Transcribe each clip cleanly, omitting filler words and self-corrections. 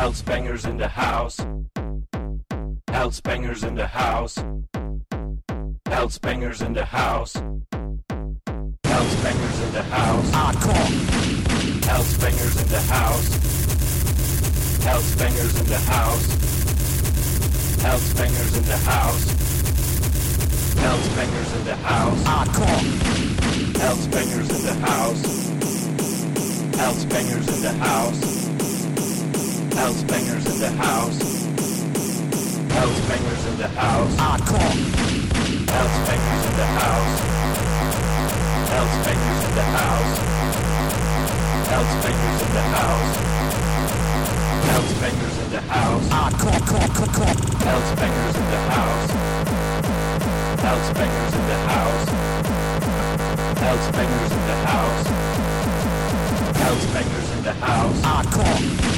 House bangers in the house. House bangers in the house. House bangers in the house. House bangers in the house. Hardcore. House bangers in the house. House bangers in the house. House bangers in the house. House bangers in the house. Hardcore. House bangers in the house. House bangers in the house. House bangers in the house. House bangers in the house. Hardcore. House bangers in the house. House bangers in the house. House bangers in the house. House bangers in the house. Hardcore. House bangers in the house. House bangers in the house. House bangers in the house. House bangers in the house. Hardcore.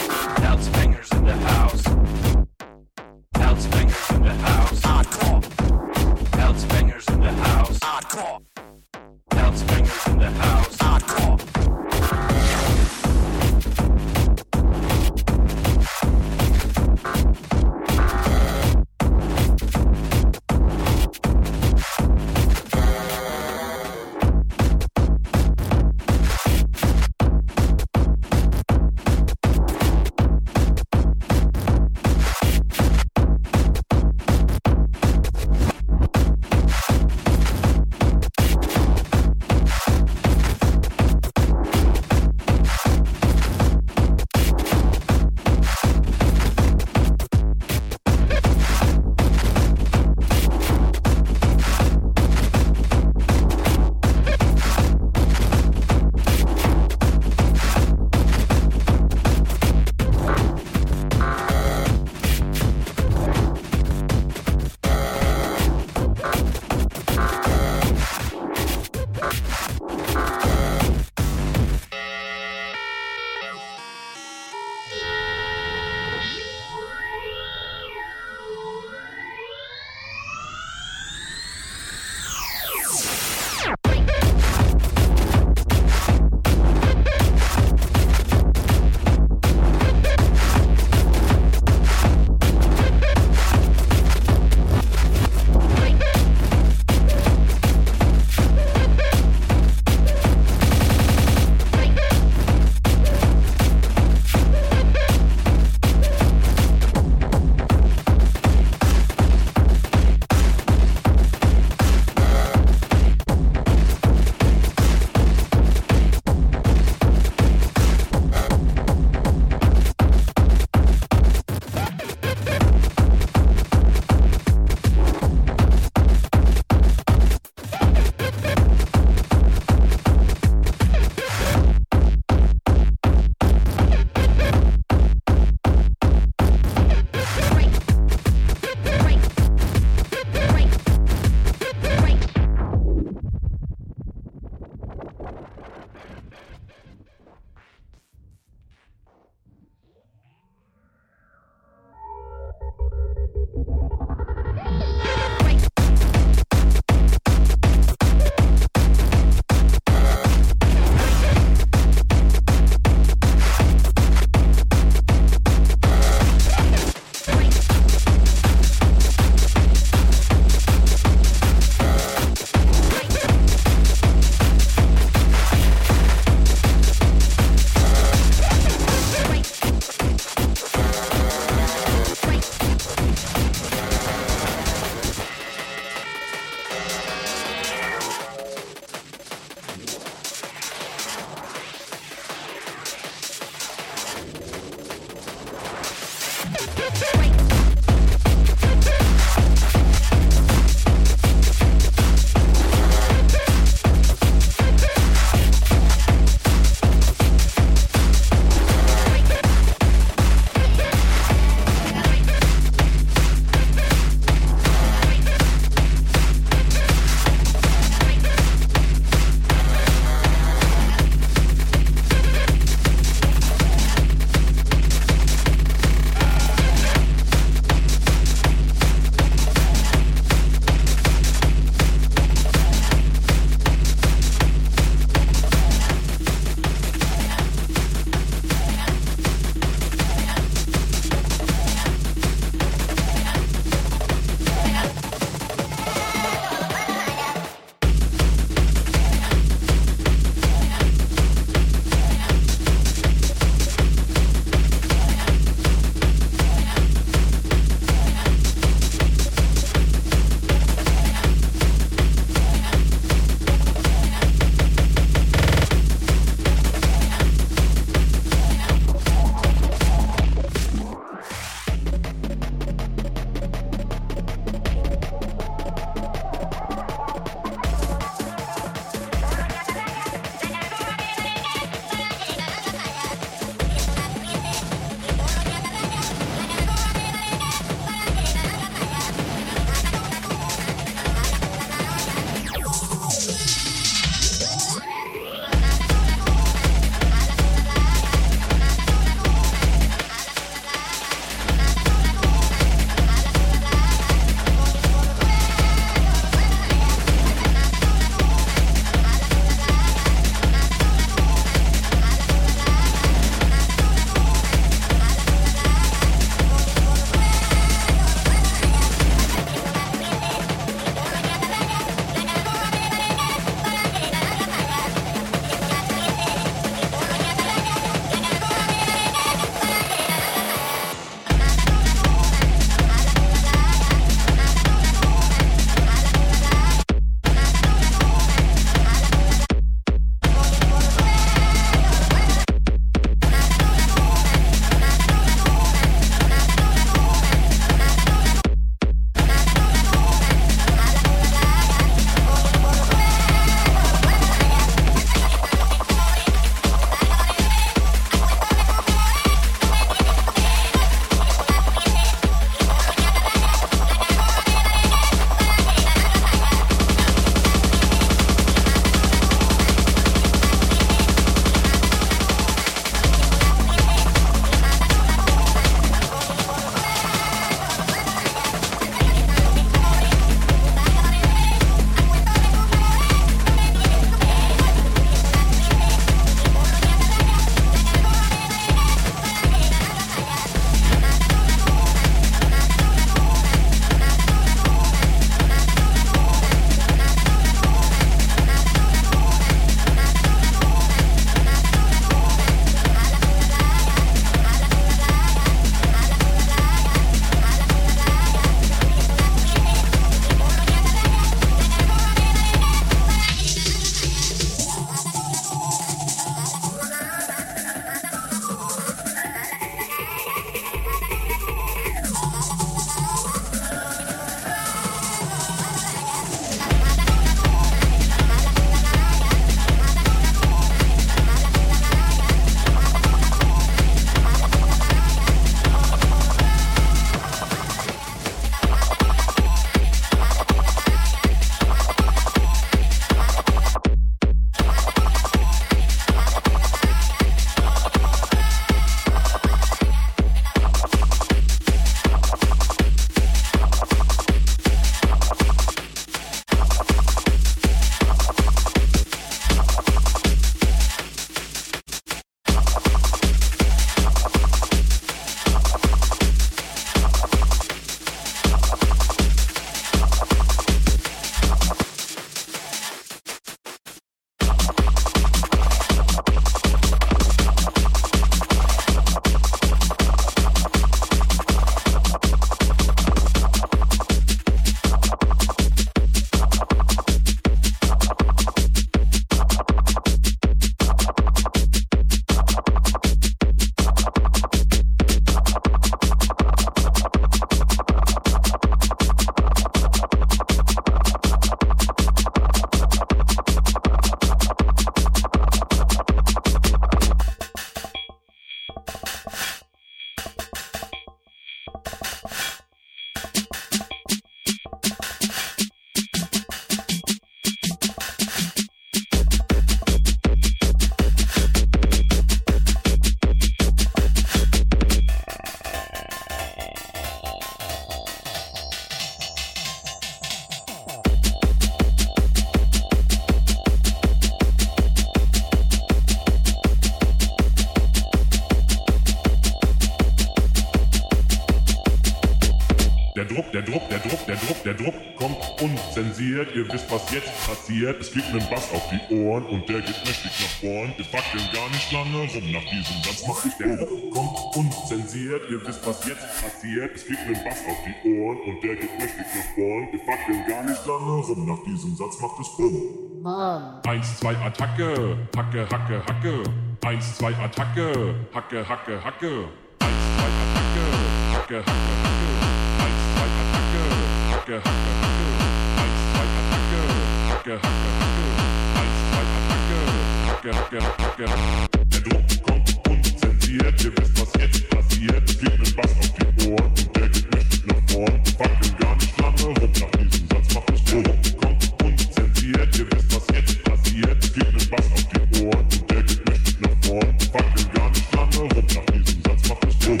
der Druck kommt unzensiert. Ihr wisst, was jetzt passiert. Es kriegt nen Bass auf die Ohren und der geht mächtig nach vorn. Wir fackeln gar nicht lange rum. Nach diesem Satz macht es der Druck kommt unzensiert. Ihr wisst, was jetzt passiert. Es kriegt nen Bass auf die Ohren und der geht mächtig nach vorn. Wir fackeln gar nicht lange rum. Nach diesem Satz macht es Bumm. Mann. 1, 2, Attacke, Hacke, Hacke, Hacke. 1, 2, Attacke, Hacke, Hacke, Hacke. 1, 2, Attacke, Hacke, Hacke, Hacke. 1, 2, Attacke, Hacke, Hacke, Hacke. 1, 2, Attacke, Hacke, Hacke, Hacke. 1, 2, Attacke, Hacke, Hacke, Hacke. Der Druck kommt unzensiert, ihr wisst, was jetzt passiert. Es gibt nen Bass auf die Ohren und der geht mächtig nach vorn. Wir fackeln gar nicht lange rum, nach diesem Satz macht es Bumm. Kommt unzensiert, ihr wisst, was jetzt passiert. Es gibt nen Bass auf die Ohren und der geht mächtig nach vorn. Wir fackeln gar nicht lange rum, nach diesem Satz macht es Bumm.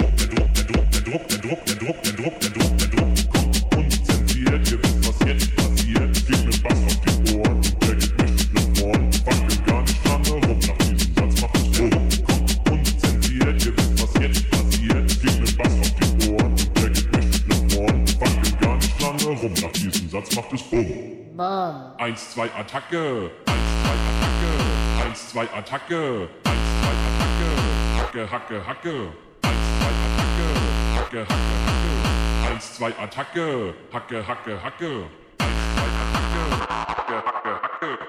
Der Druck kommt unzensiert, ihr wisst, was jetzt passiert. Es gibt nen Bass auf die Ohren und der geht mächtig nach vorn. Wir fackeln gar nicht lange rum, nach diesem Satz macht es Bumm. Kommt unzensiert, ihr wisst, was jetzt passiert. Es gibt nen Bass auf die Ohren und der geht mächtig nach vorn. Wir fackeln gar nicht lange rum, nach diesem Satz macht es Bumm. Mann. 1, 2, Attacke, 1, 2, Attacke, 1, 2, Attacke, 1, 2, Attacke, Hacke, Hacke, Hacke, 1, 2, Attacke, Hacke, Hacke, Hacke, 1, 2, Attacke, Hacke, Hacke, Hacke, 1, 2, Attacke, Hacke, Hacke, Hacke.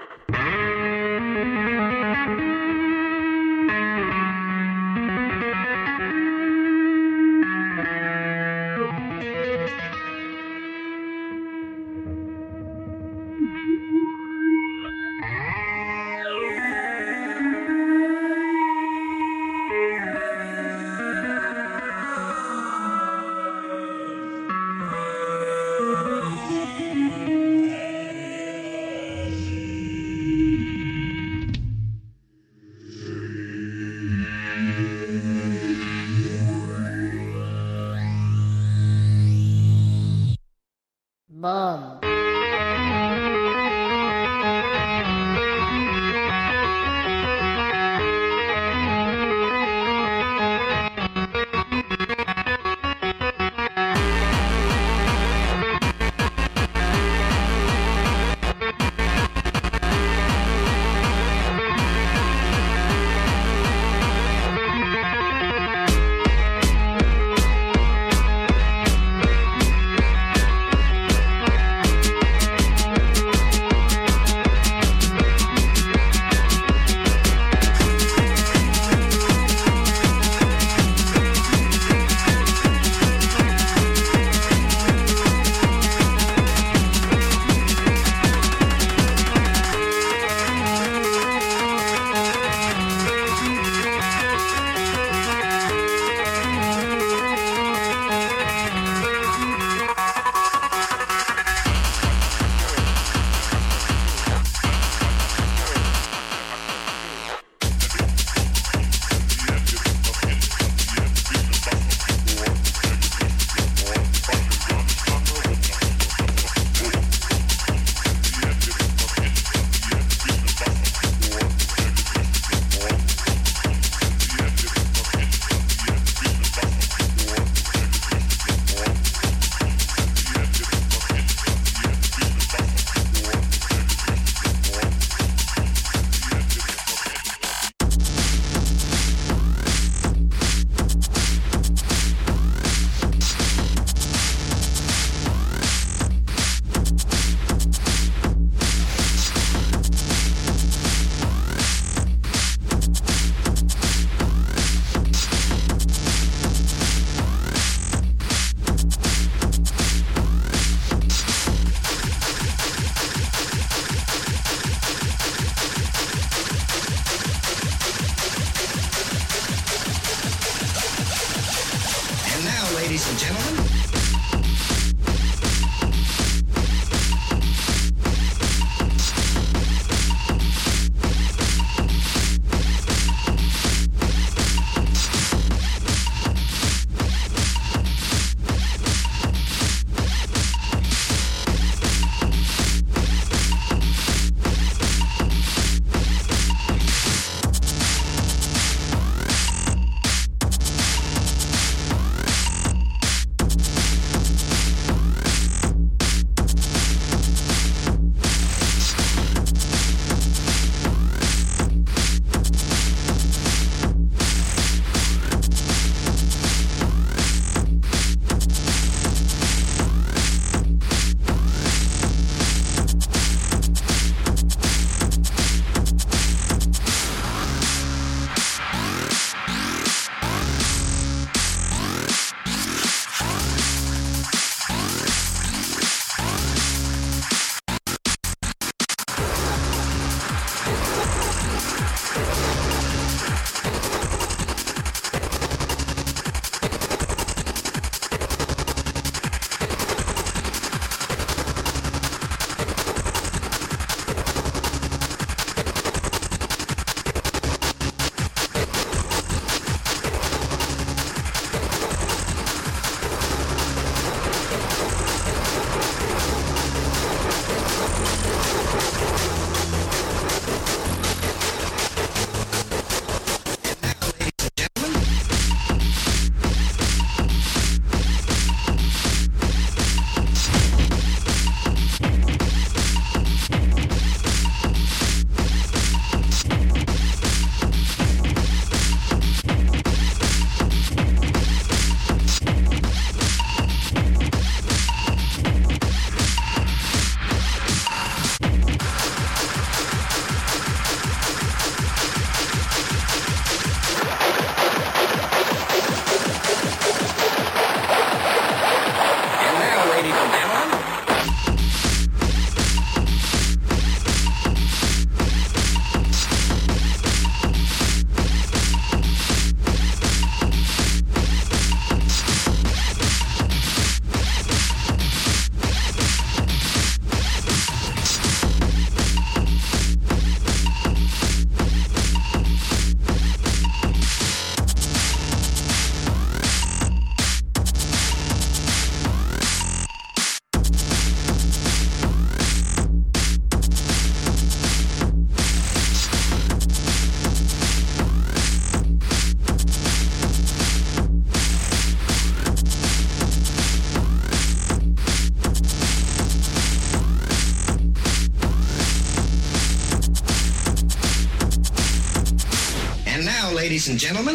ladies and gentlemen.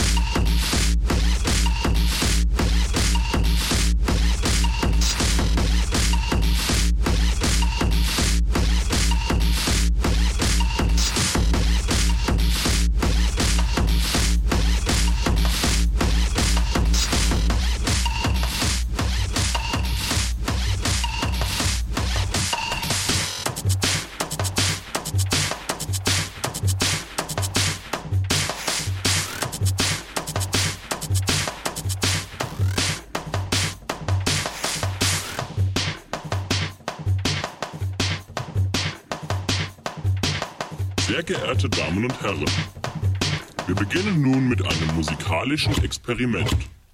Sehr geehrte Damen und Herren, wir beginnen nun mit einem musikalischen Experiment.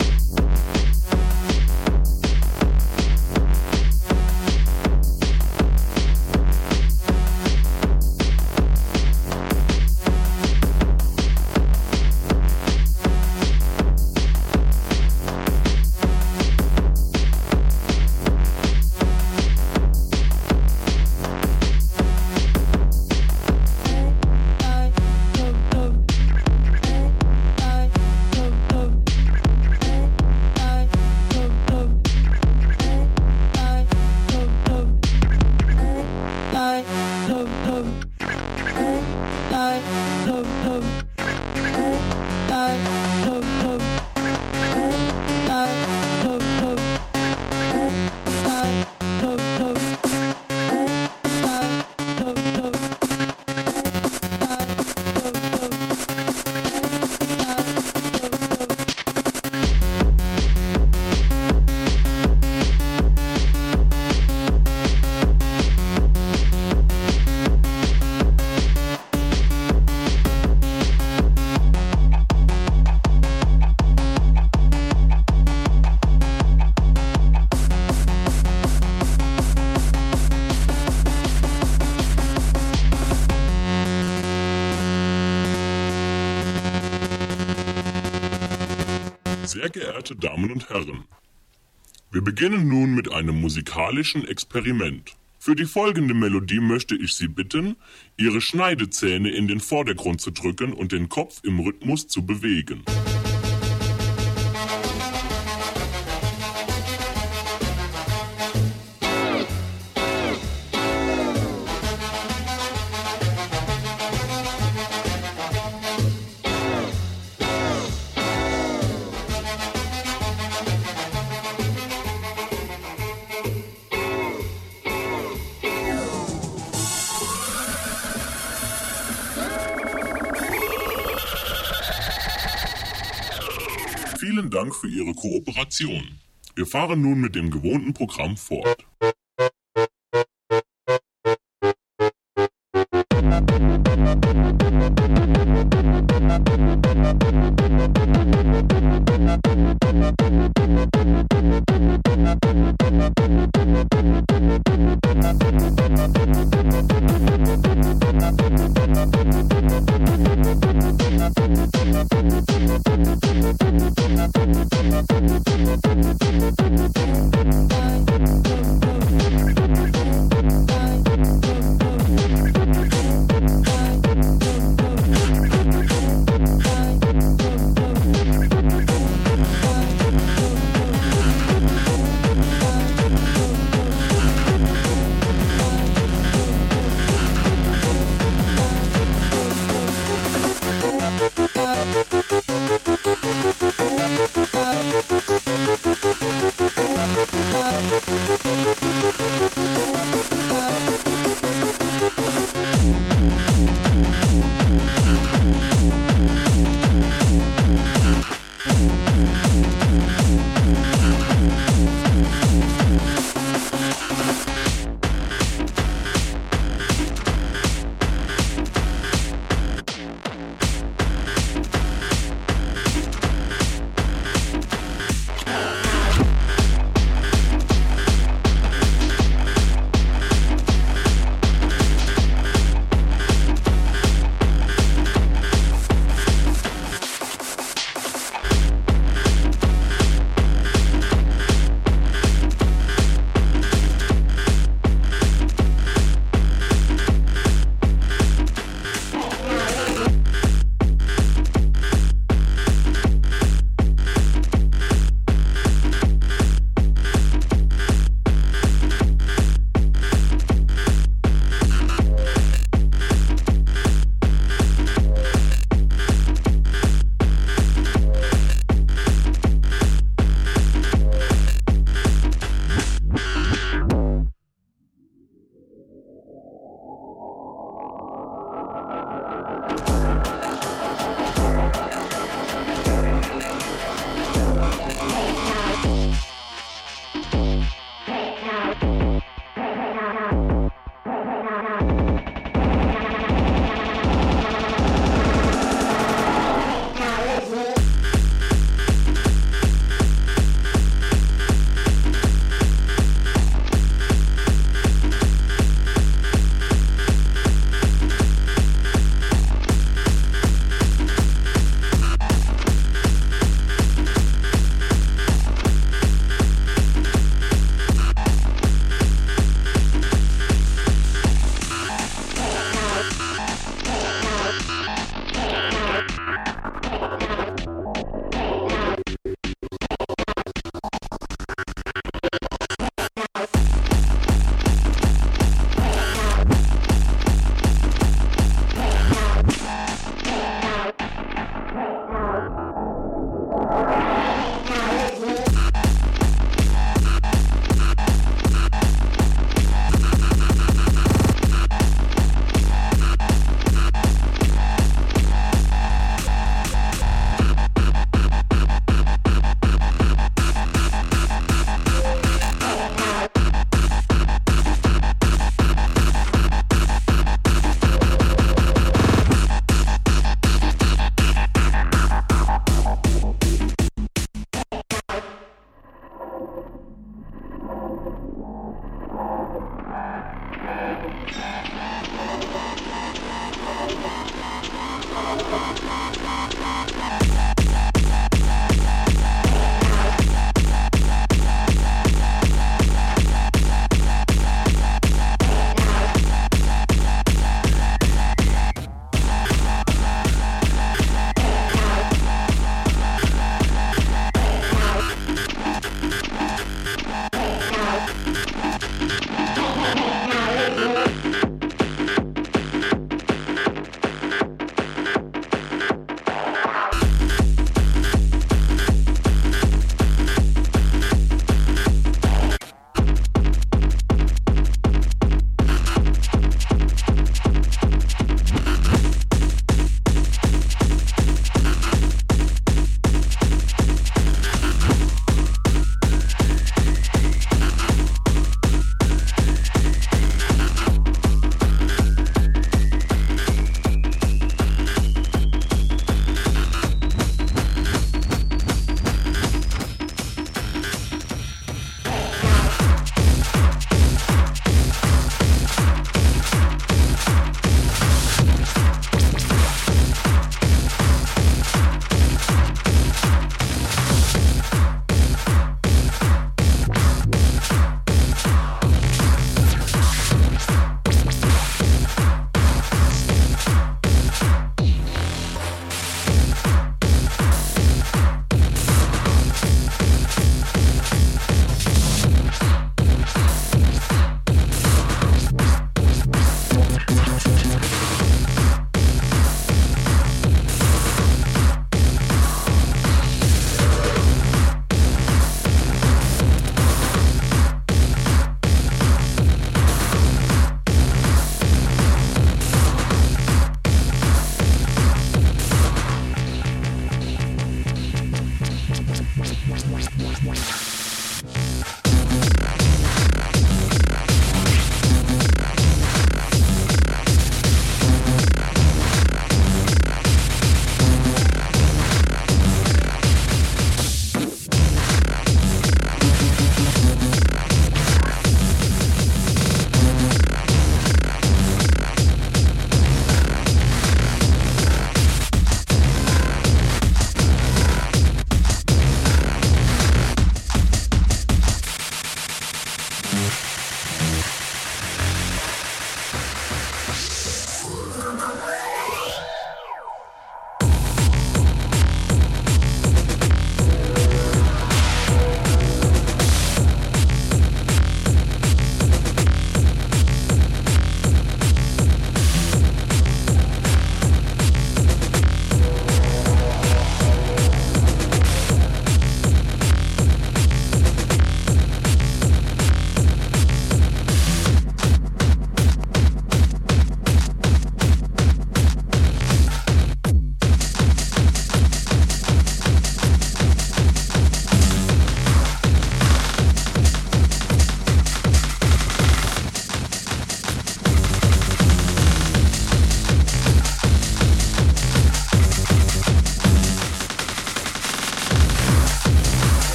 Sehr geehrte Damen und Herren, wir beginnen nun mit einem musikalischen Experiment. Für die folgende Melodie möchte ich Sie bitten, Ihre Schneidezähne in den Vordergrund zu drücken und den Kopf im Rhythmus zu bewegen. Vielen Dank für Ihre Kooperation. Wir fahren nun mit dem gewohnten Programm fort.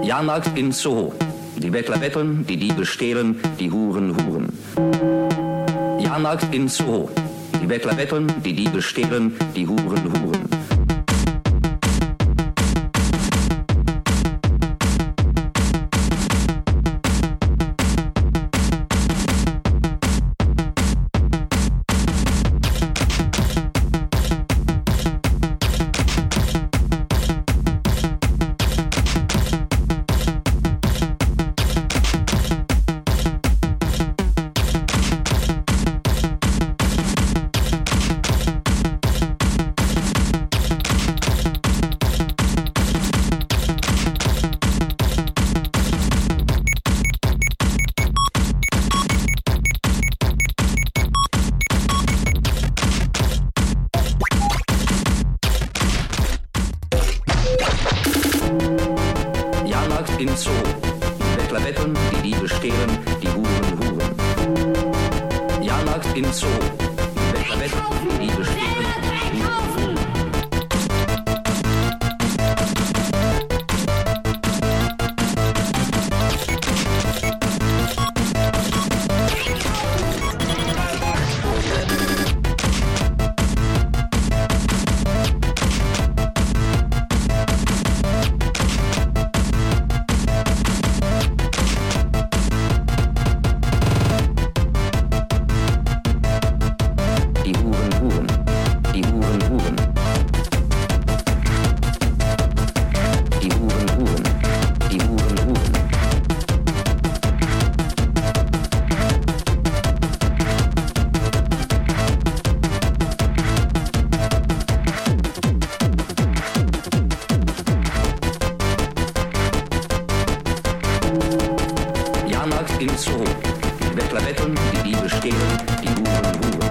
Jahrmarkt in Soho. Die Bettler betteln, die Diebe stehlen, die Huren huren. Jahrmarkt in Soho. Die Bettler betteln, die Diebe stehlen, die Huren huren. In Zoo. Die Bettler betteln, die Diebe stehlen, die Huren huren. Jahrmarkt in Zoo. Die Bettler betteln, die Diebe stehlen, die Huren huren. In Zoo. Die Bettler betteln, die Diebe stehlen, die Huren huren.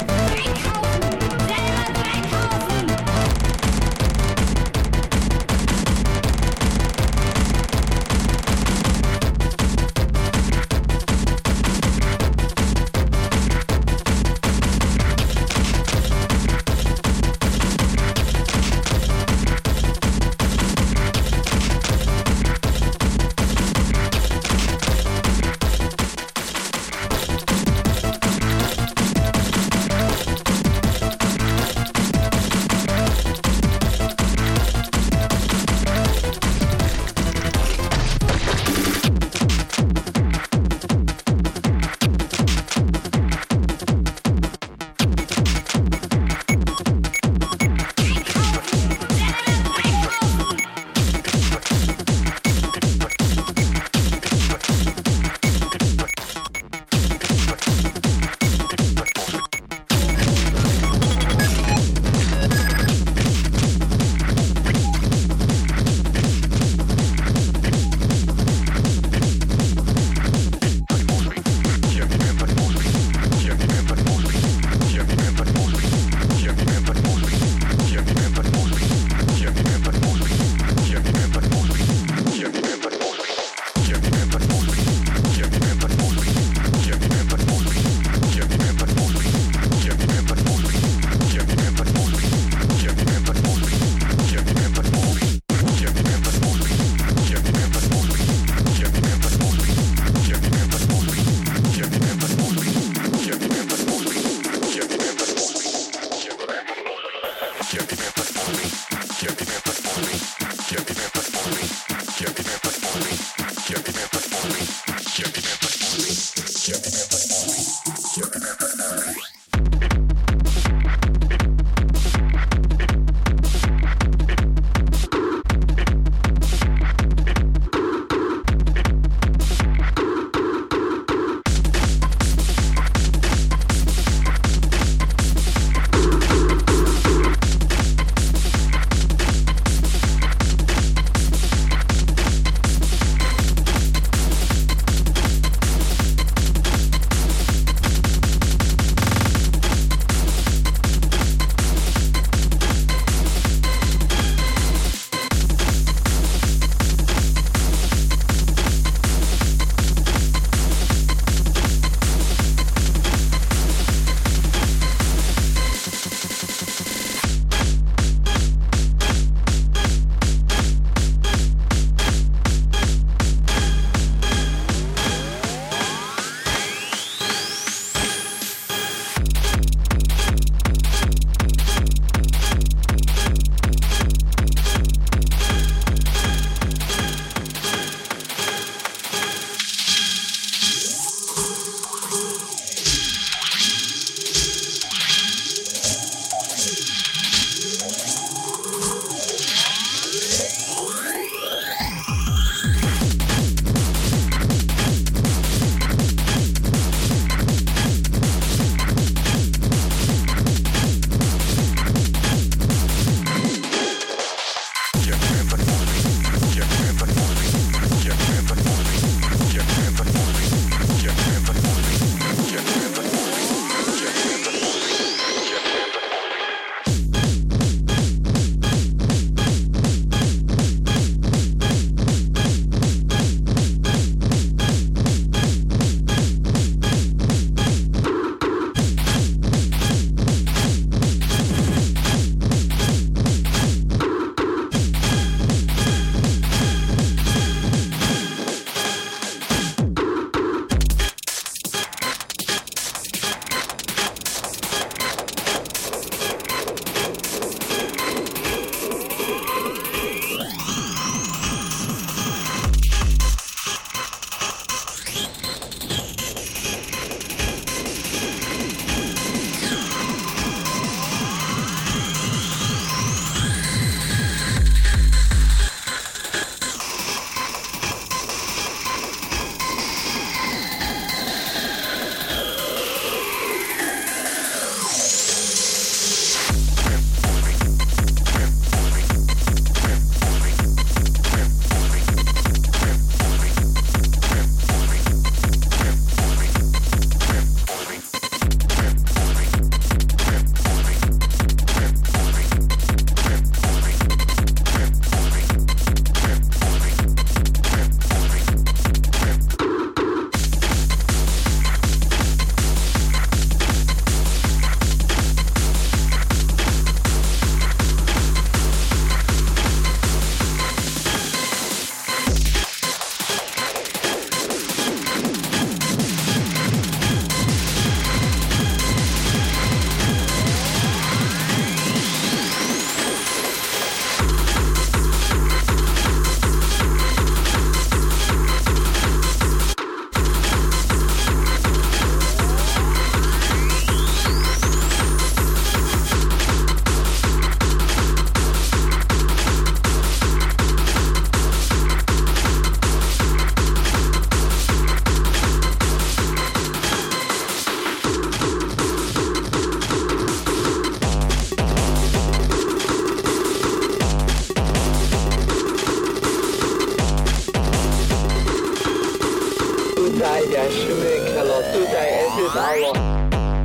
sei der Schimmelkeller, du sei es ist aber.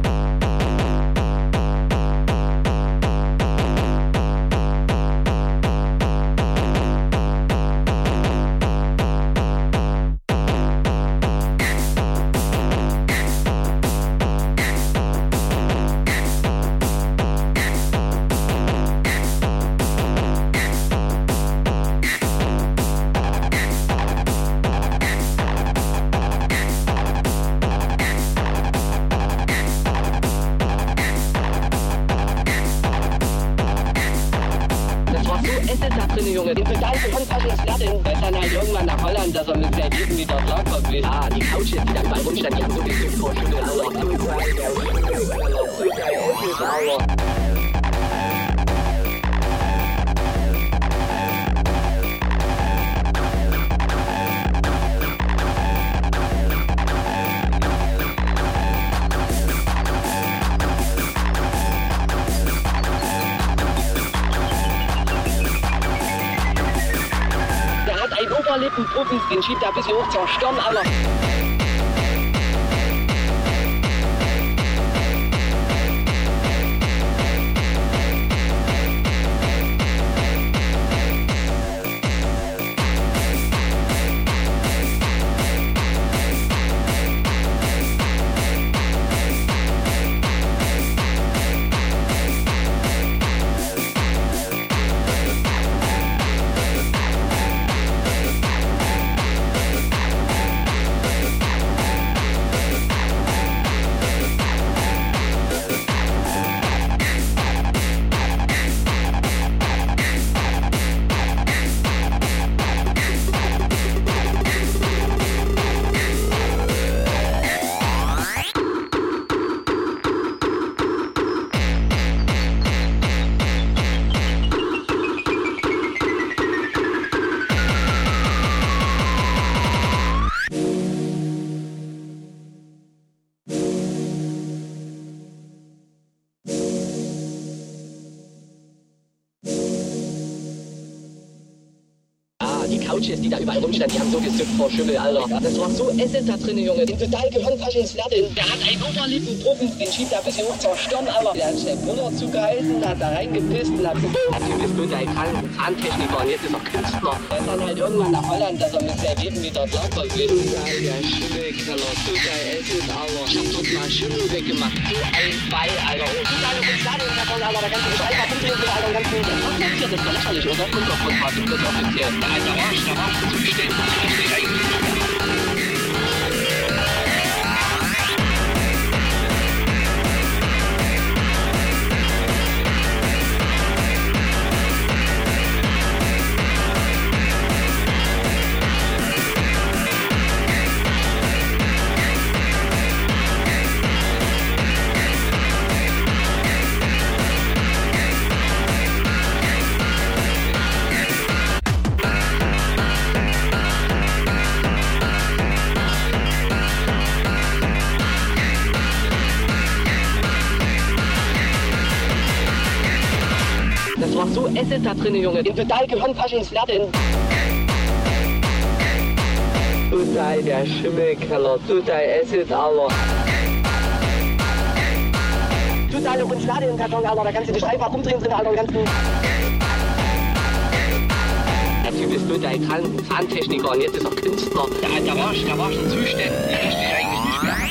Junge, den Pedal von Faschings-Latin, der ist dann halt irgendwann nach Holland, dass er mit der Typen wieder klarkommt will. Ah, die Couch jetzt, die da überall rumstand, die haben so viel vor Schimmel, Alter. Du sei der Schimmelkeller, du sei es ist aber. Oberlippenpuppen, den schiebt er ein bisschen hoch zur Stirn, Alter. Couches, die da überall rumstanden, die haben so gesüpft vor Schimmel, Alter. Das war so Essig da drin, Junge. Den total Gehirnfaschings-Latin. Der hat einen Oberlippenpuppen, den schiebt er ein bisschen hoch zur Stirn, Alter. Der hat schnell Buller zugeheißen, hat da reingepisst und hat gesagt, der Typ ist nur der Zahntechniker und jetzt ist er Künstler. Der ist dann halt irgendwann nach Holland, dass er mit seinem Leben wieder klarkommt will. Du sei der Schimmelkeller, du sei es ist, Alter. Ich hab dort mal Schimmel weggemacht. So ein Ball, Alter. Oh, du sei noch im Stadion davon, Alter. Da kannst du dich einfach umdrehen, Alter. Ganz gut. Das ist doch lächerlich, oder? Kommt doch von was, das offiziell. Alter, da war ich zuständig. So Essig da drin, Junge. Den total Gehirnfaschings-Latin. Du sei der Schimmelkeller, du sei Essig, Alter. Du sei noch im Stadionkarton, Alter. Da kannst du dich einfach umdrehen drin, Alter. Der Typ ist nur der Zahntechniker und jetzt ist er Künstler. Der war schon zuständig. Der riecht dich eigentlich nicht mehr.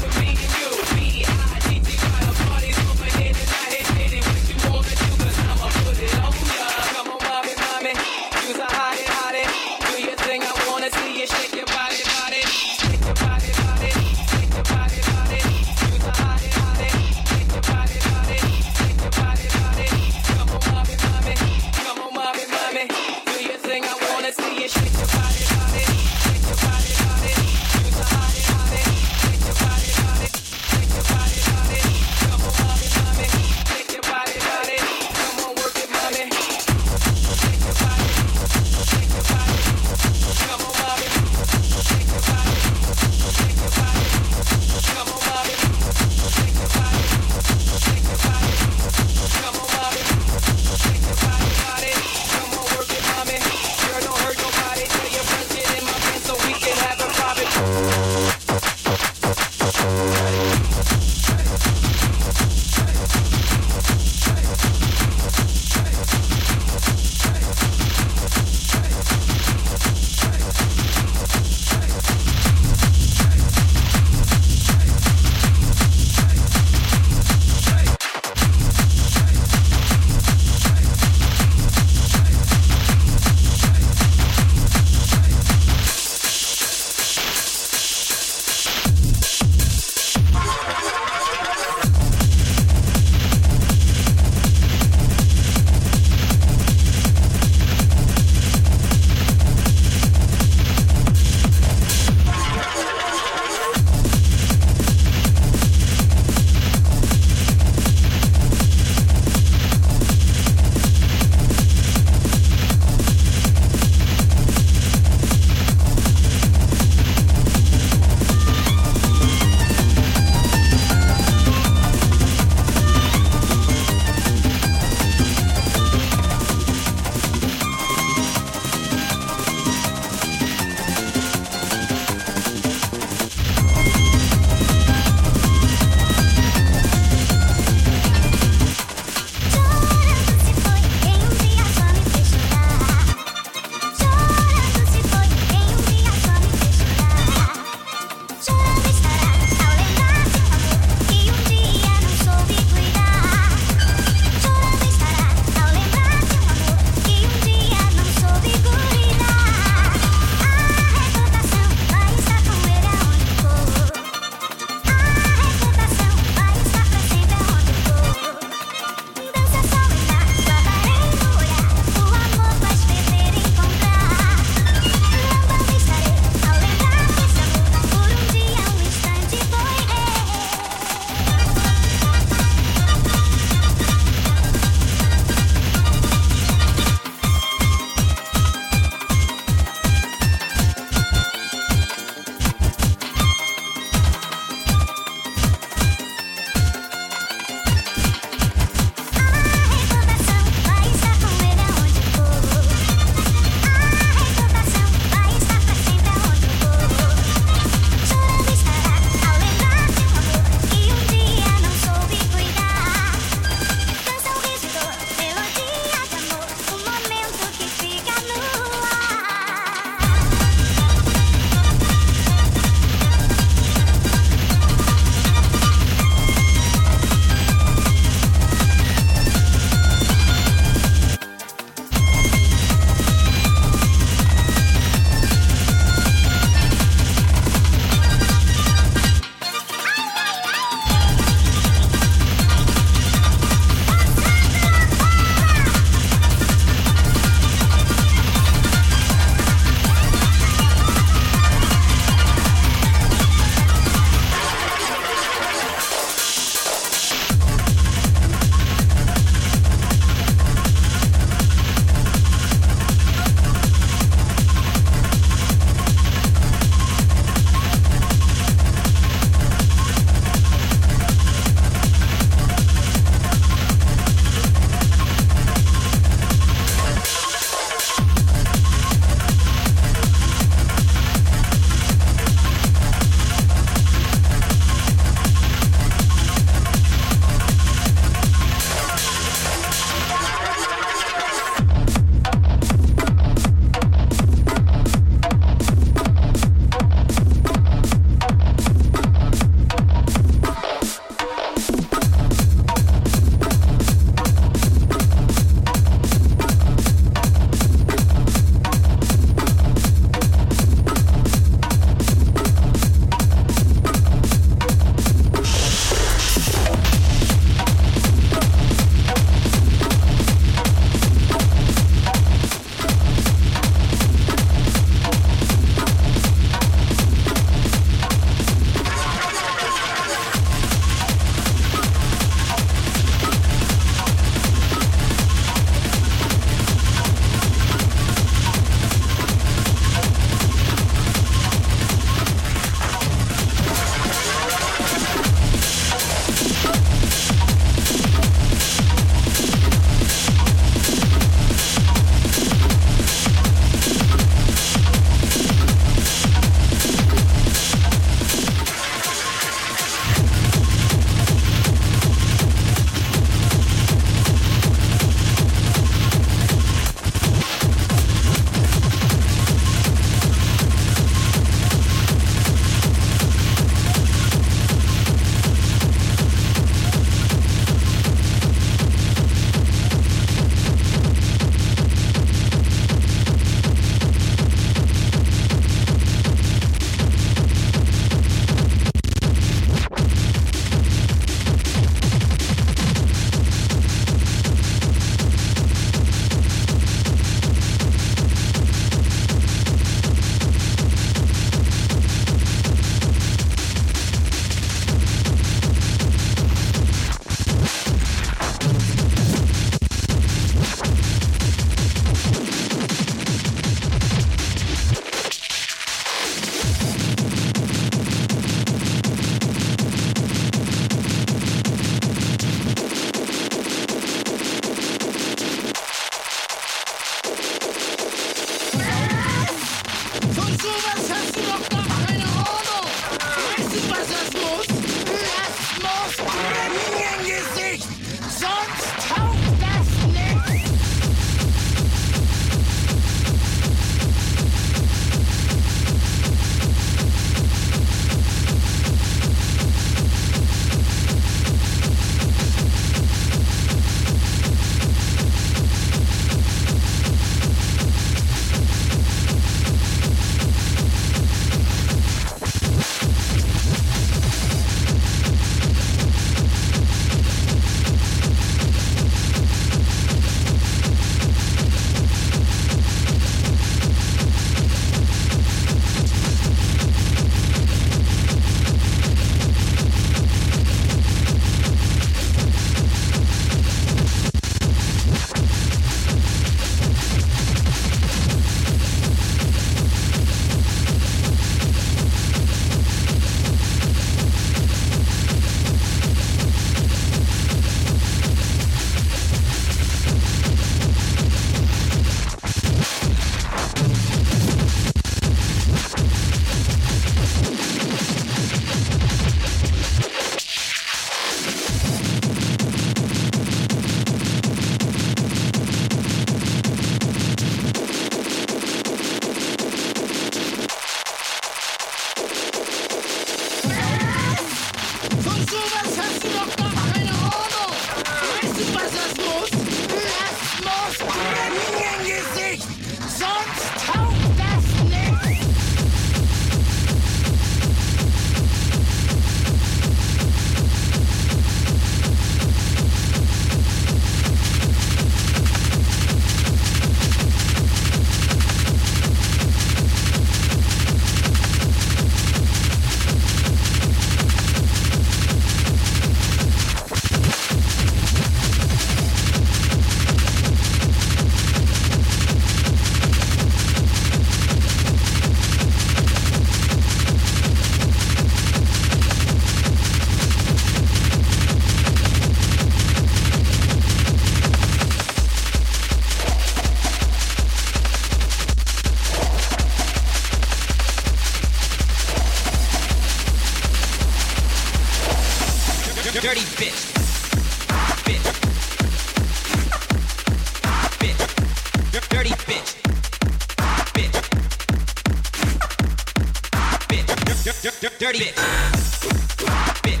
Dirty bitch. Bitch.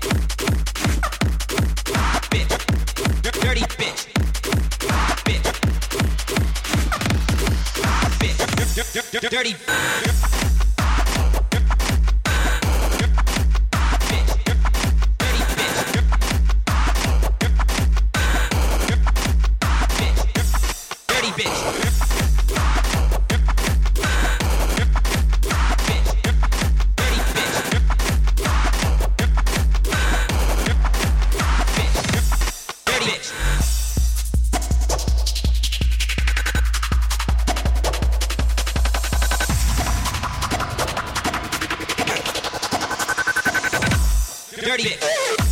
Bitch. Dirty bitch. Bitch. Bitch. Dirty. Dirty bitch.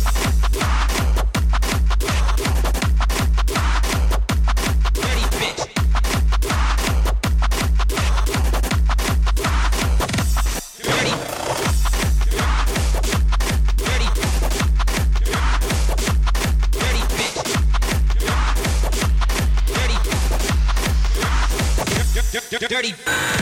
Dirty.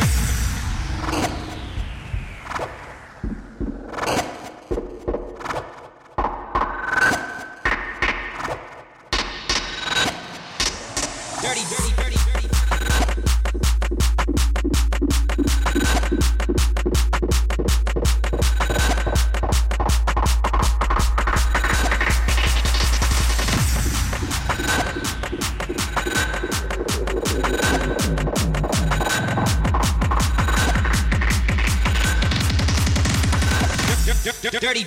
Dirty.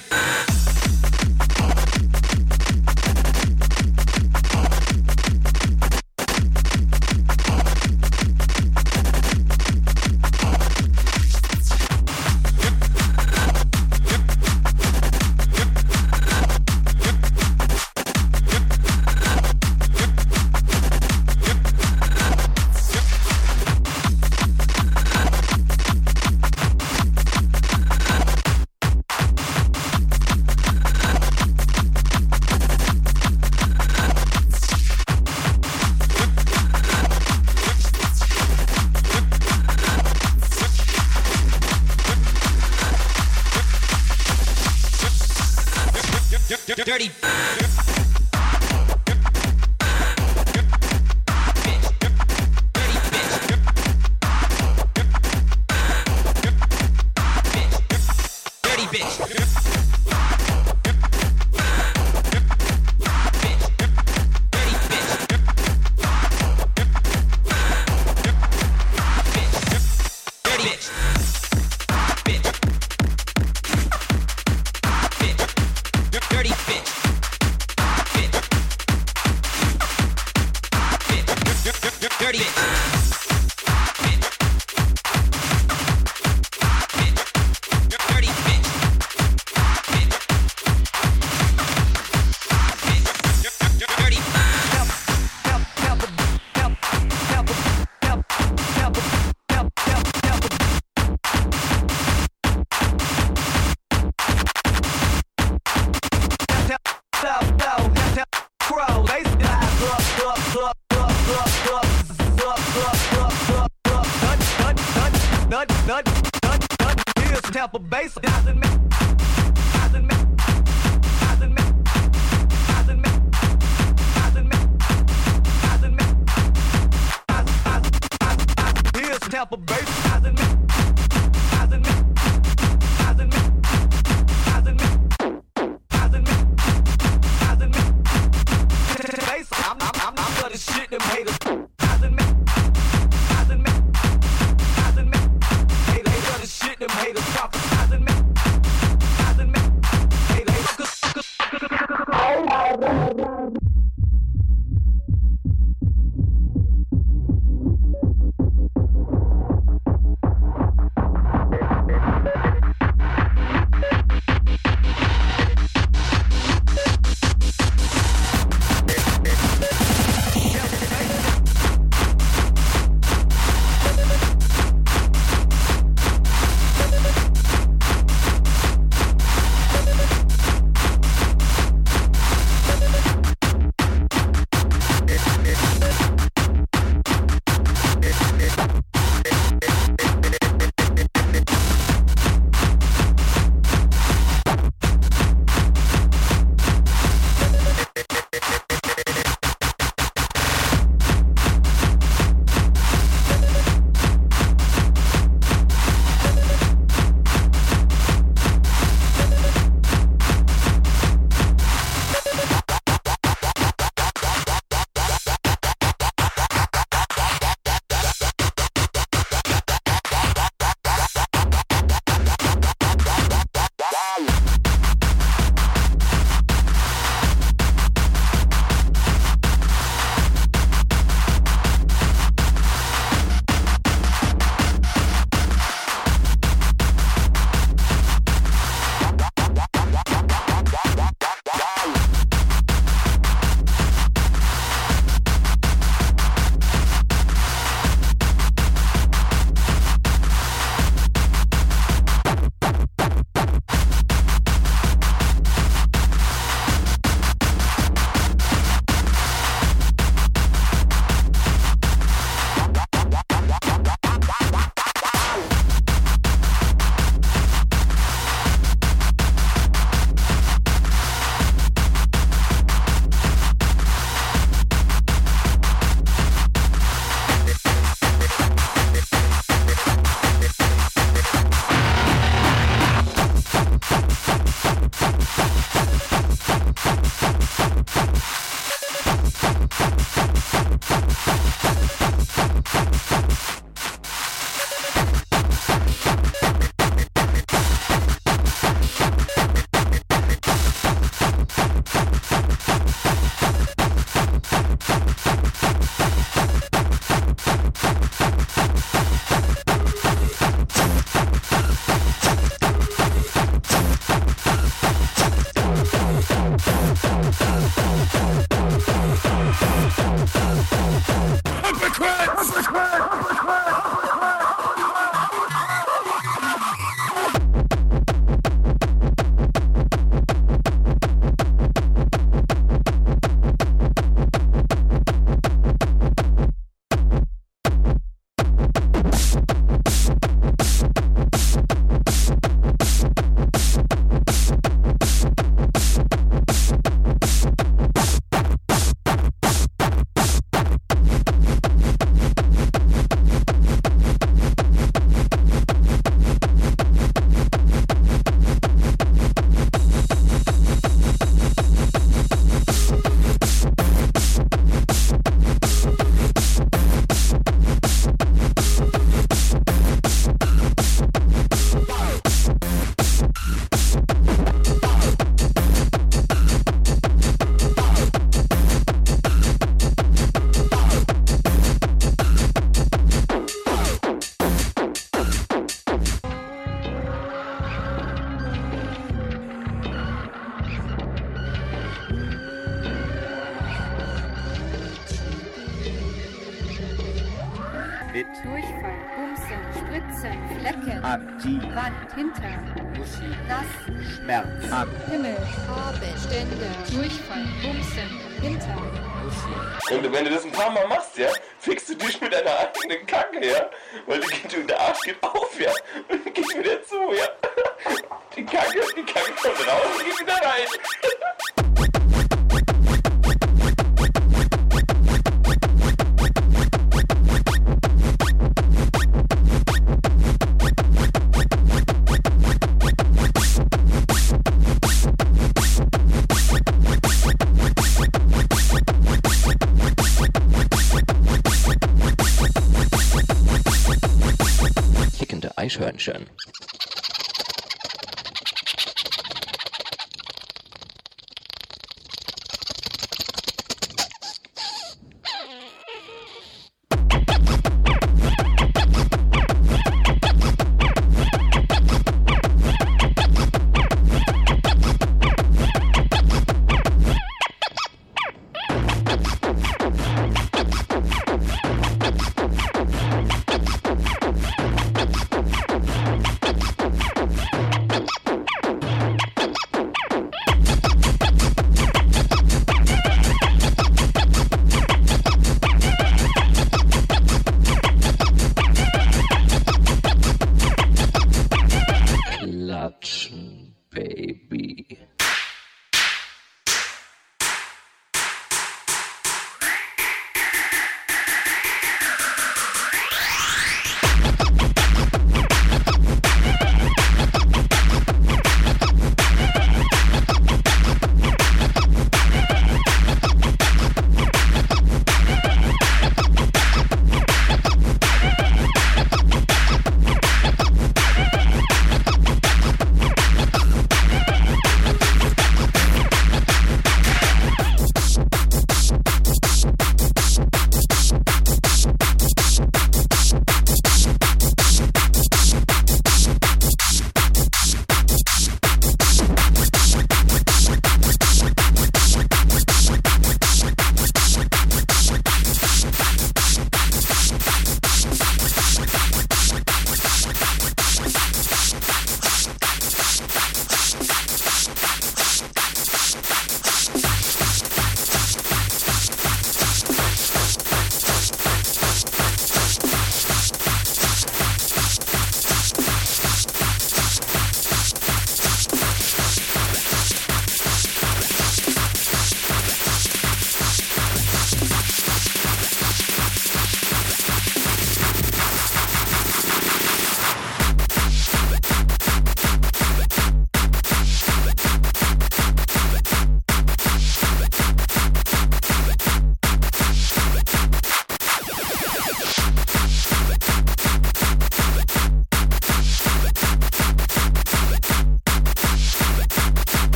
Dirty. Tampa bass doesn't make here's Tampa bass doesn't make I'm gonna shit them haters. Shit them haters prophesizing me. mit Durchfall, Bumsen, Spritzen, Flecken, Aktiv, Wand, hinter, Musik, nass, Schmerz, Ab, Himmel, Farbe, Stände, Durchfall, Bumsen, hinter. Musik. Und wenn du das ein paar Mal machst, ja, fickst du dich mit deiner eigenen Kacke, ja, weil der Arsch geht auf, ja, und geht wieder zu, ja. Die Kacke kommt raus und geht wieder rein. Tickende Eichhörnchen.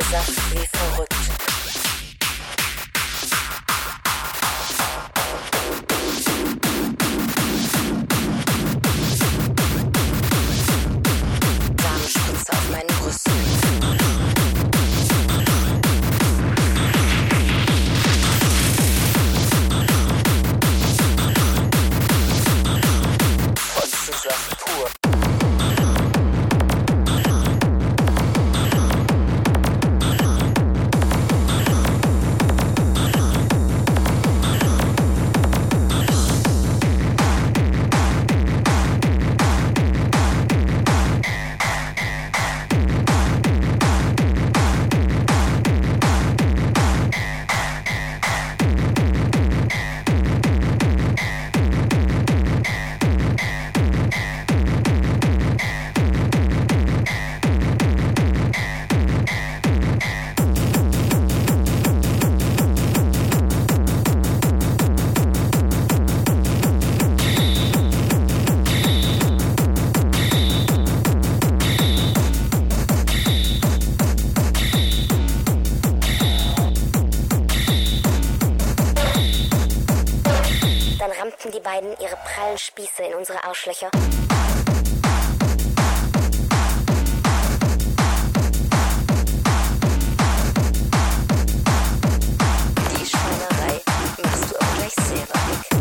Saft wie verrückt. Samenspritze auf meinen Brüsten. Fotzensaft pur. Die beiden ihre prallen Spieße in unsere Arschlöcher. Die Schweinerei machst du auch gleich selber weg.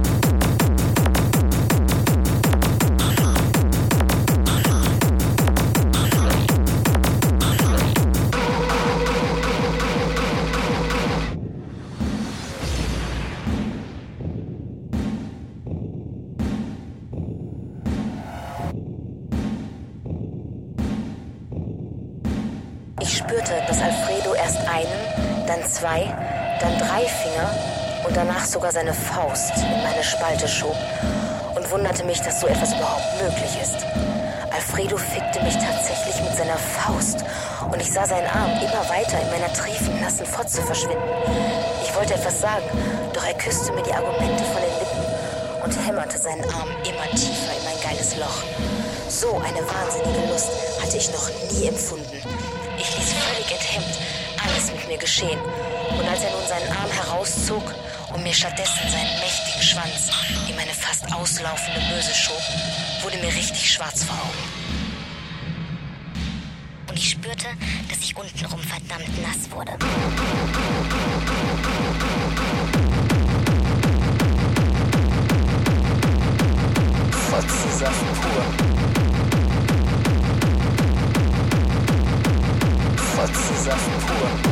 Ich spürte, dass Alfredo erst einen, dann zwei, dann 3 Finger und danach sogar seine Faust in meine Spalte schob und wunderte mich, dass so etwas überhaupt möglich ist. Alfredo fickte mich tatsächlich mit seiner Faust und ich sah seinen Arm immer weiter in meiner triefend nassen Fotze verschwinden. Ich wollte etwas sagen, doch er küsste mir die Argumente von den Lippen und hämmerte seinen Arm immer tiefer in mein geiles Loch. So eine wahnsinnige Lust hatte ich noch nie empfunden. Ich ließ völlig enthemmt alles mit mir geschehen. Und als er nun seinen Arm herauszog und mir stattdessen seinen mächtigen Schwanz in meine fast auslaufende Möse schob, wurde mir richtig schwarz vor Augen. Und ich spürte, dass ich untenrum verdammt nass wurde. Fotzensaft pur. Fotzensaft pur.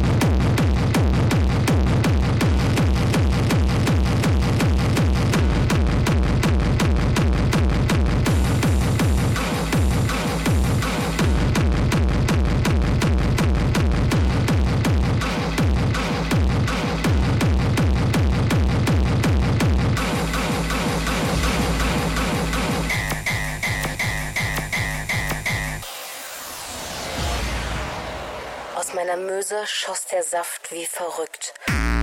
Aus meiner Möse schoss der Saft wie verrückt.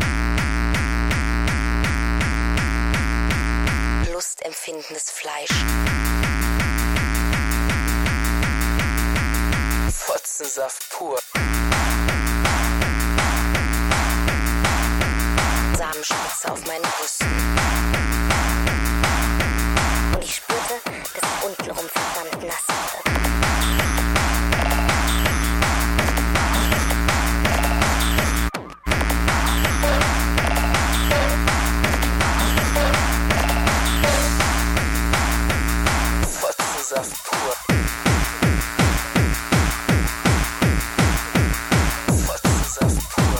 Lustempfindendes Fleisch. Fotzensaft pur. Samenspritze auf meinen Brüsten. Und ich spürte, dass ich untenrum verdammt nass wurde. Fotzensaft pur. Fotzensaft pur.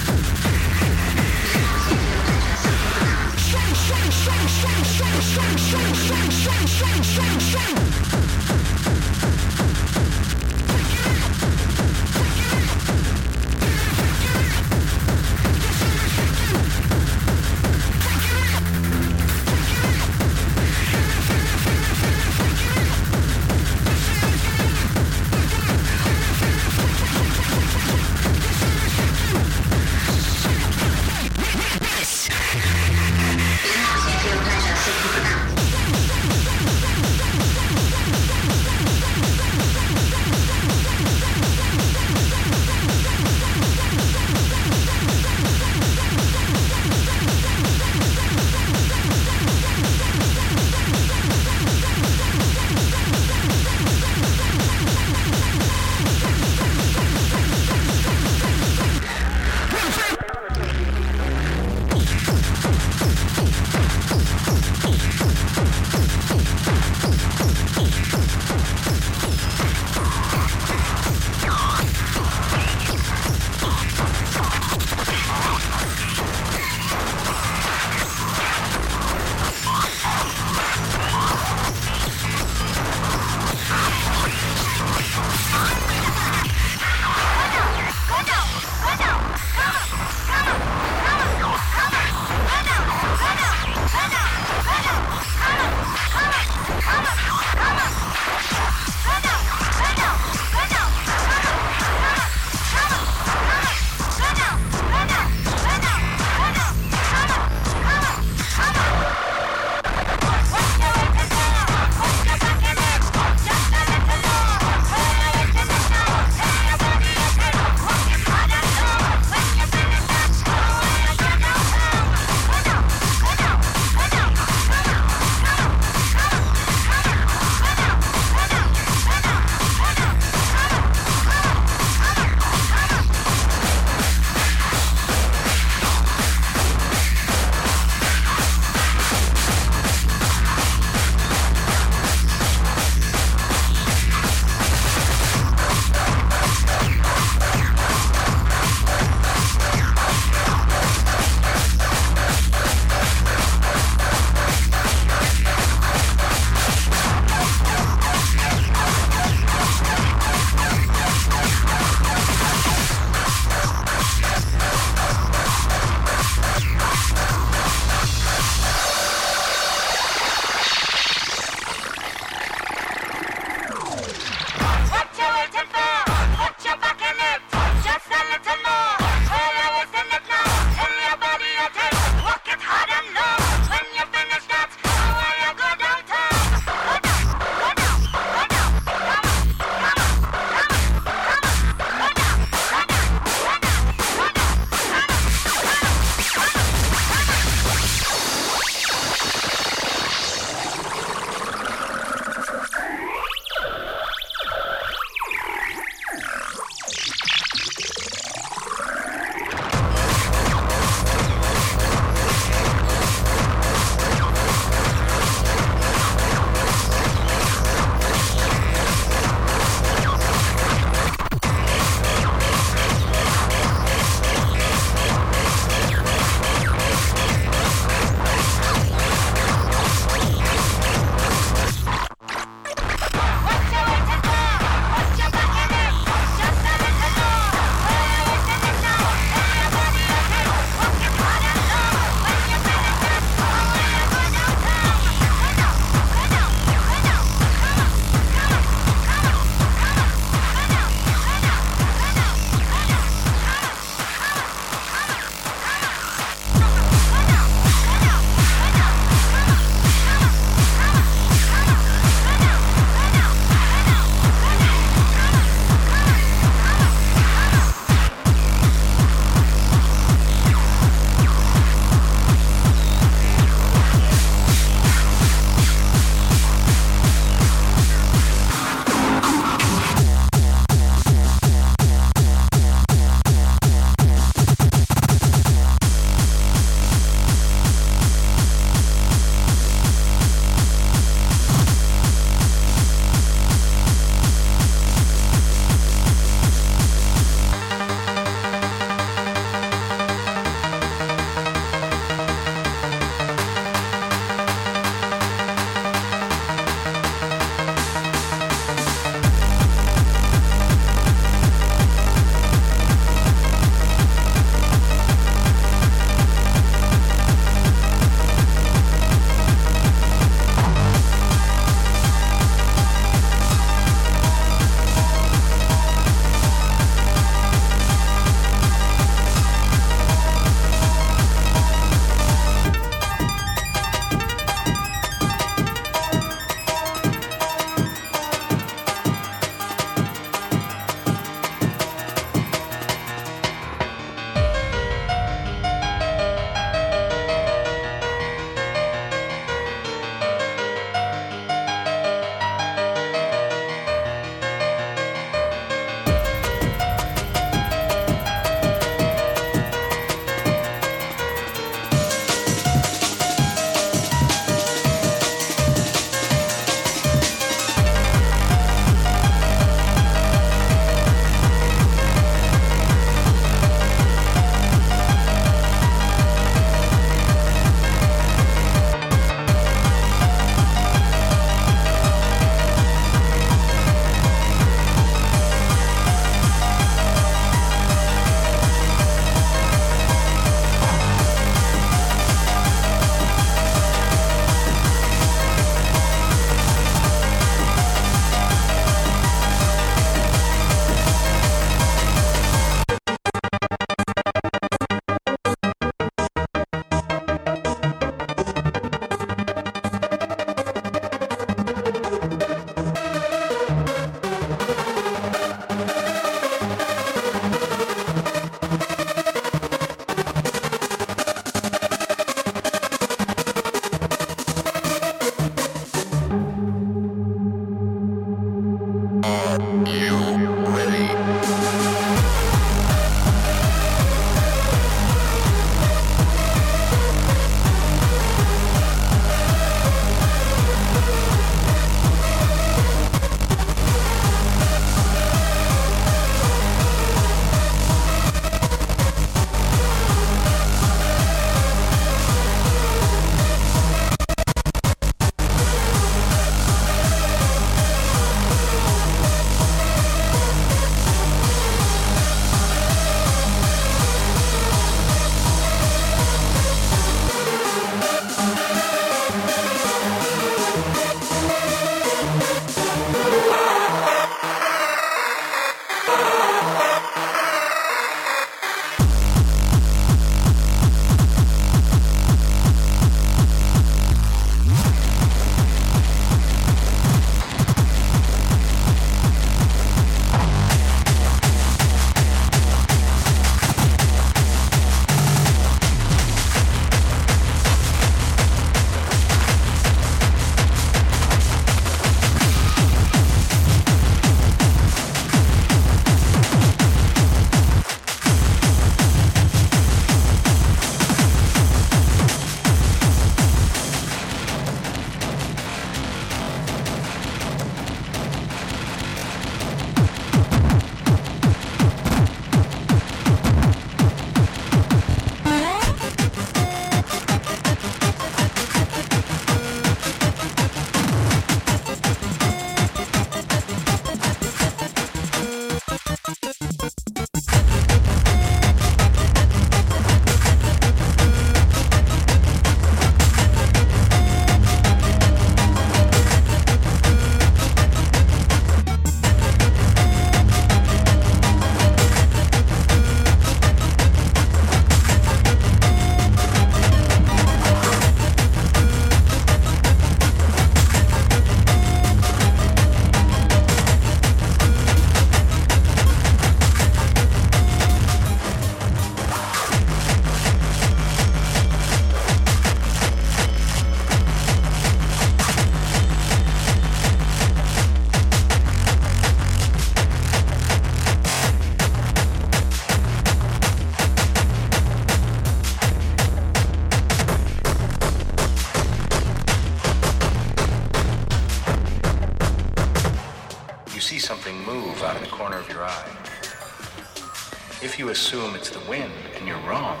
If you assume it's the wind and you're wrong,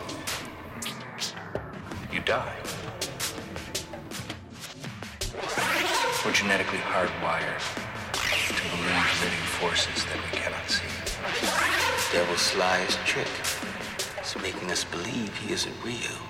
you die. We're genetically hardwired to believe living forces that we cannot see. The devil's slyest trick is making us believe he isn't real.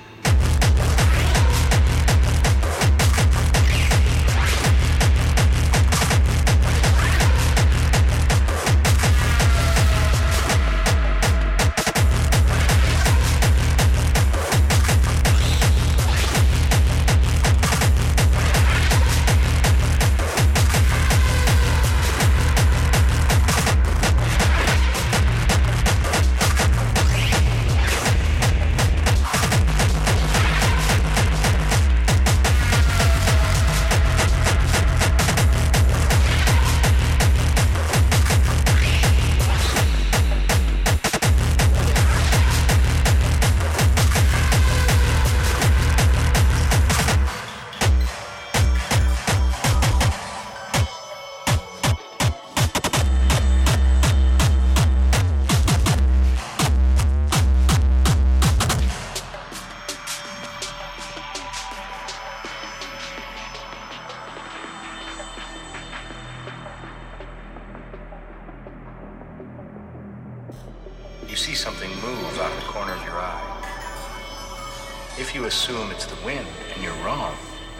You see something move out of the corner of your eye. If you assume it's the wind and you're wrong,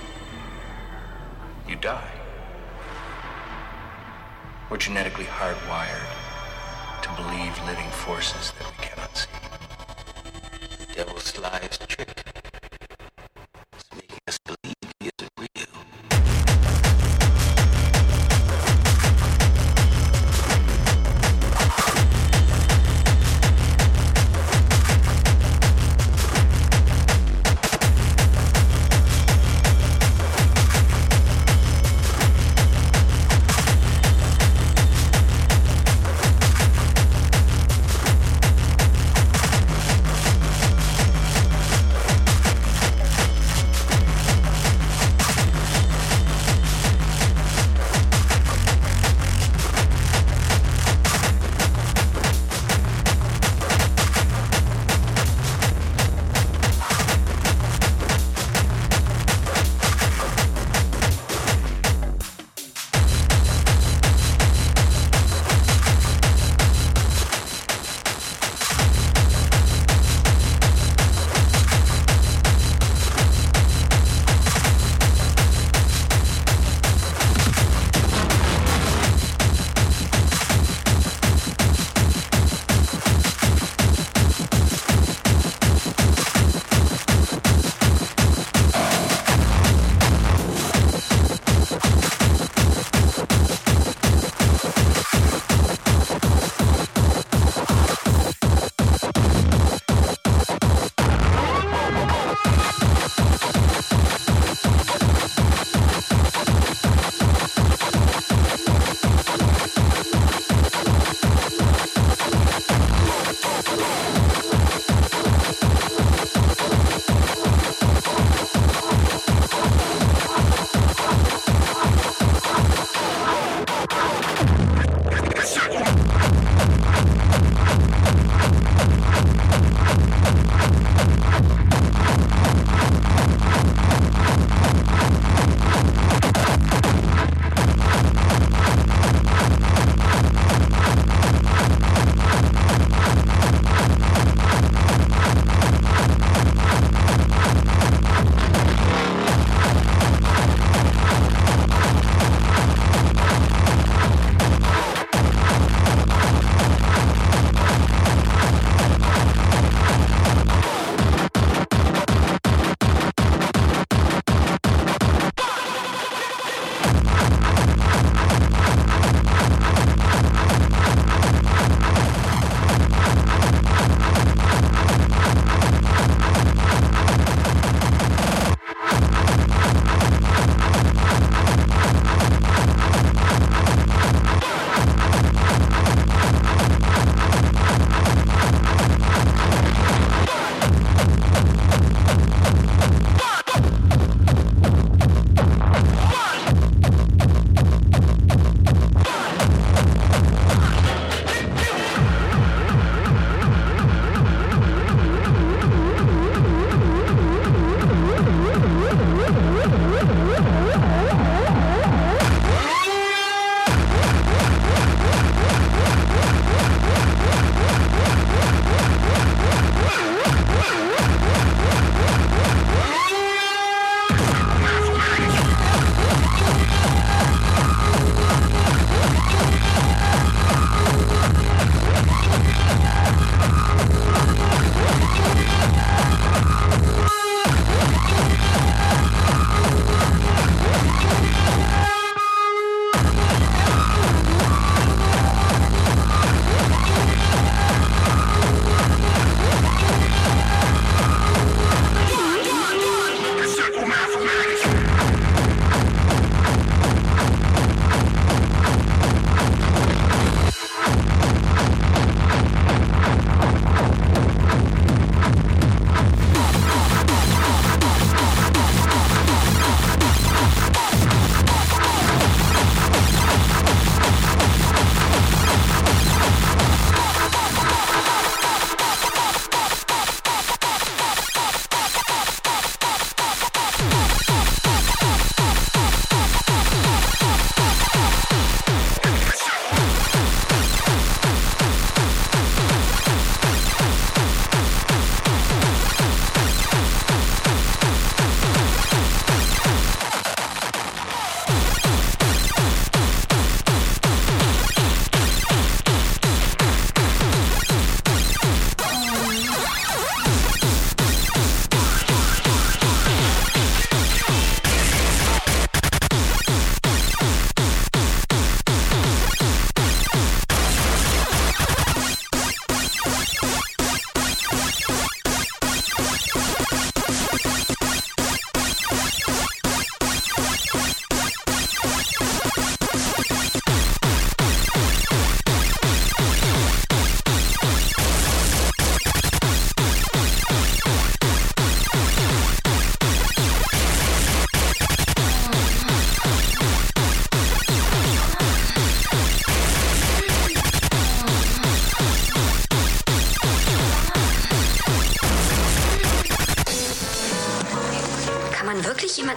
you die. We're genetically hardwired to believe living forces that we cannot see. The devil's slyest trick is making us believe he isn't real.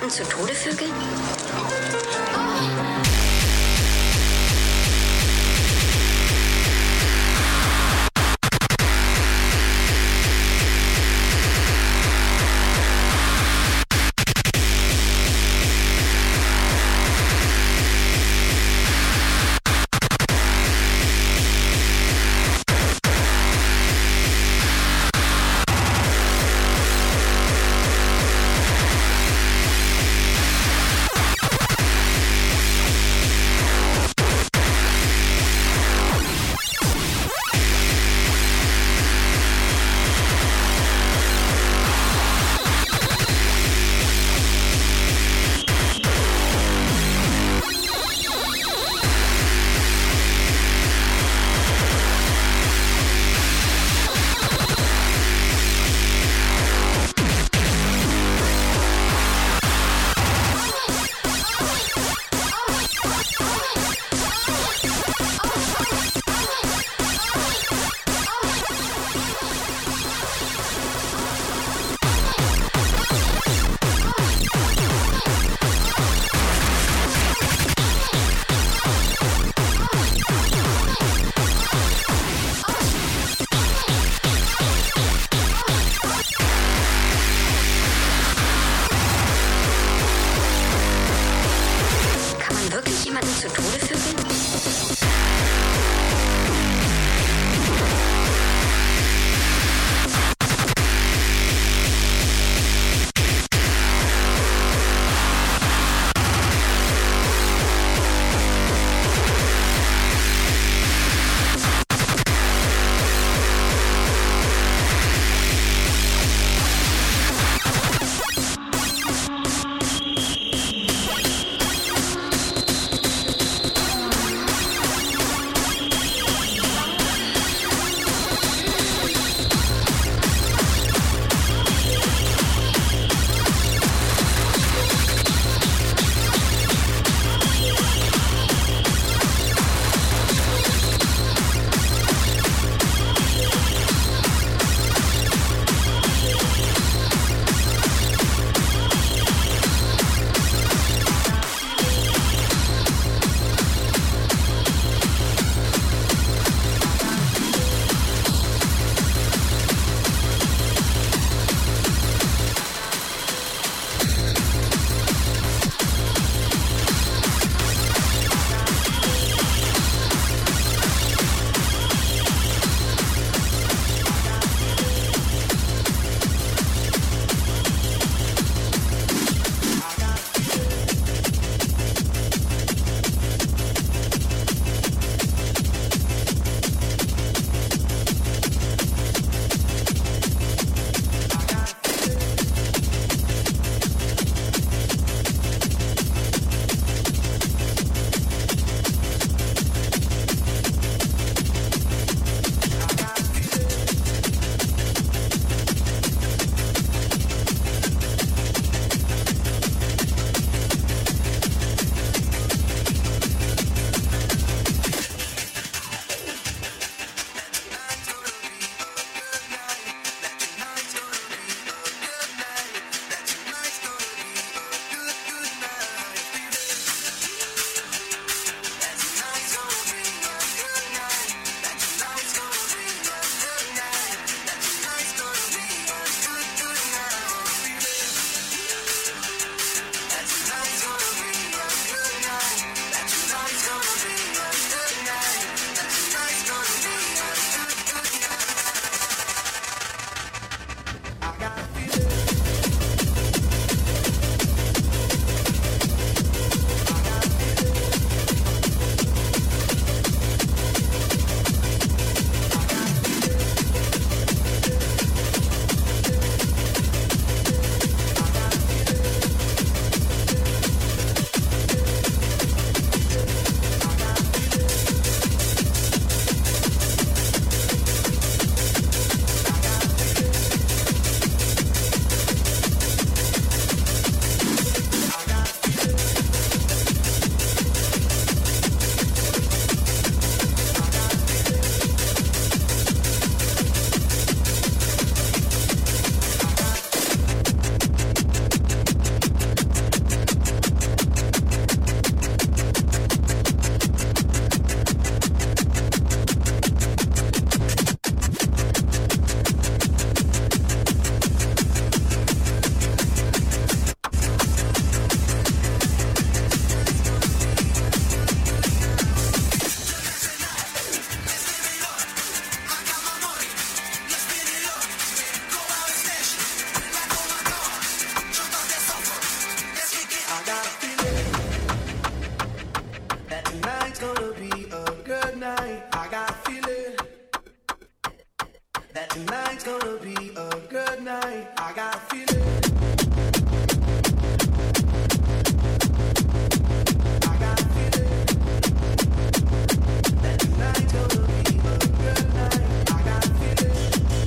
jemanden zu Tode vögeln? Zu Tode vögeln? tonight's gonna be a good night. I got a feeling. I got a feeling that tonight's gonna be a good night. I got a feeling.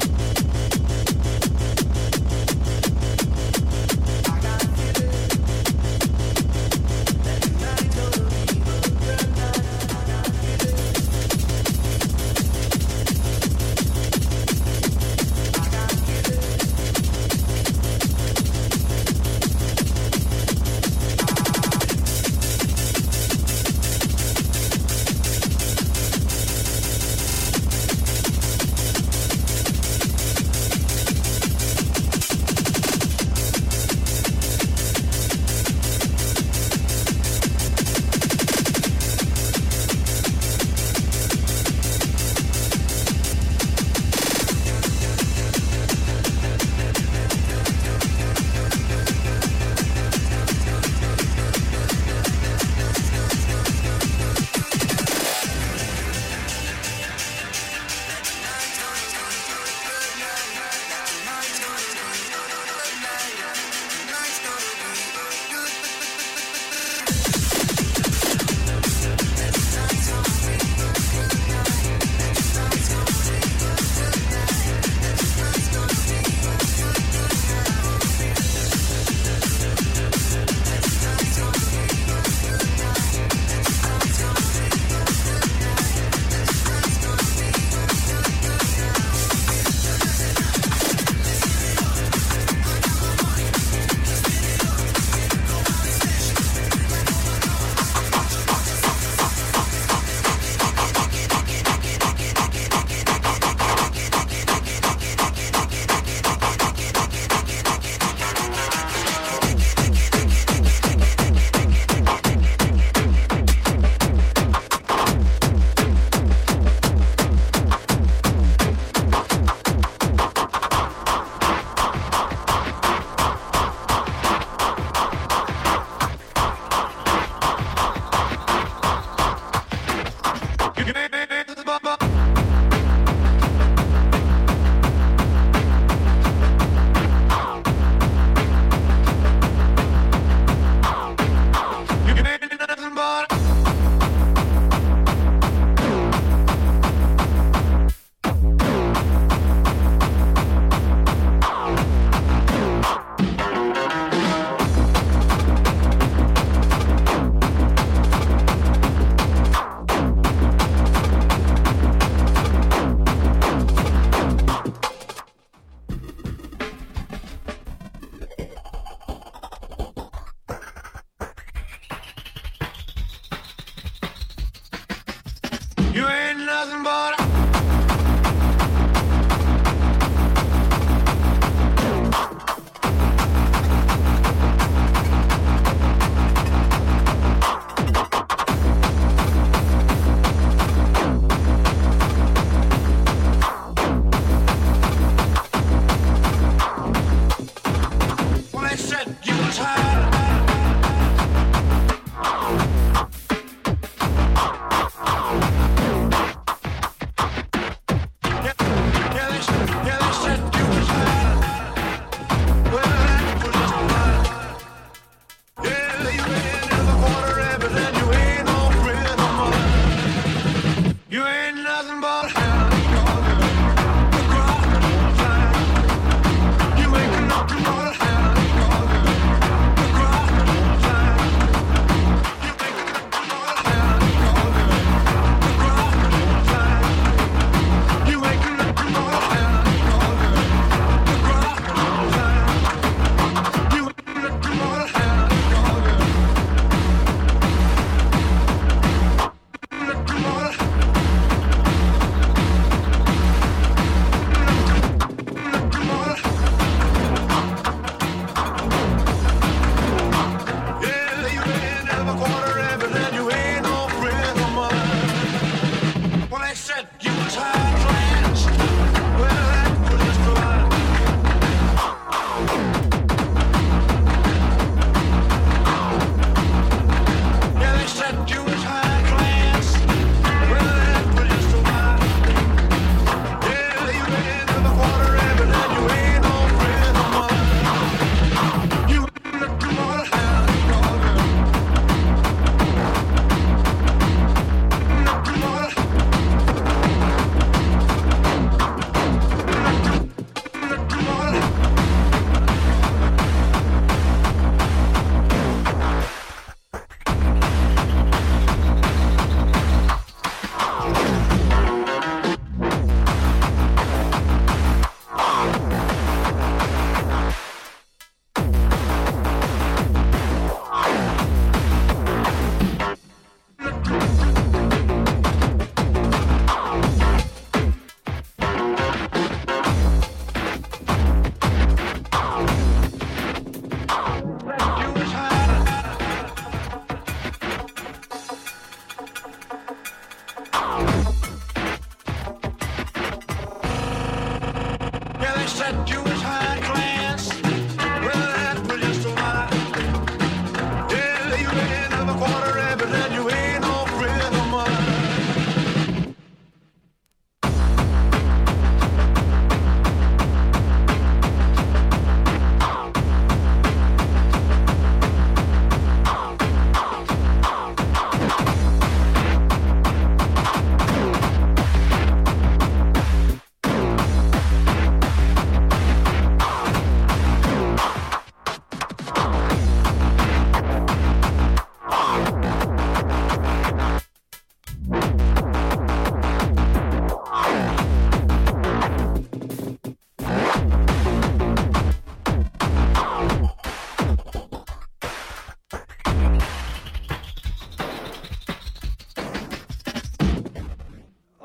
I got a feeling that tonight's gonna be a good night. I got a feeling.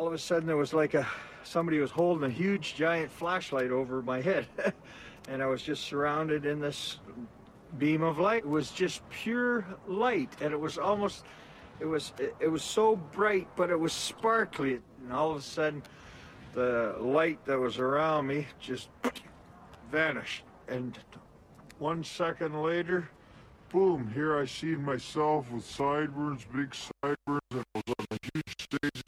of a sudden there was like somebody was holding a huge giant flashlight over my head. And I was just surrounded in this beam of light. It was just pure light, and it was almost, it was so bright, but it was sparkly. And all of a sudden, the light that was around me just vanished. And 1 second later, boom, here I see myself with sideburns, big sideburns, and I was on a huge stage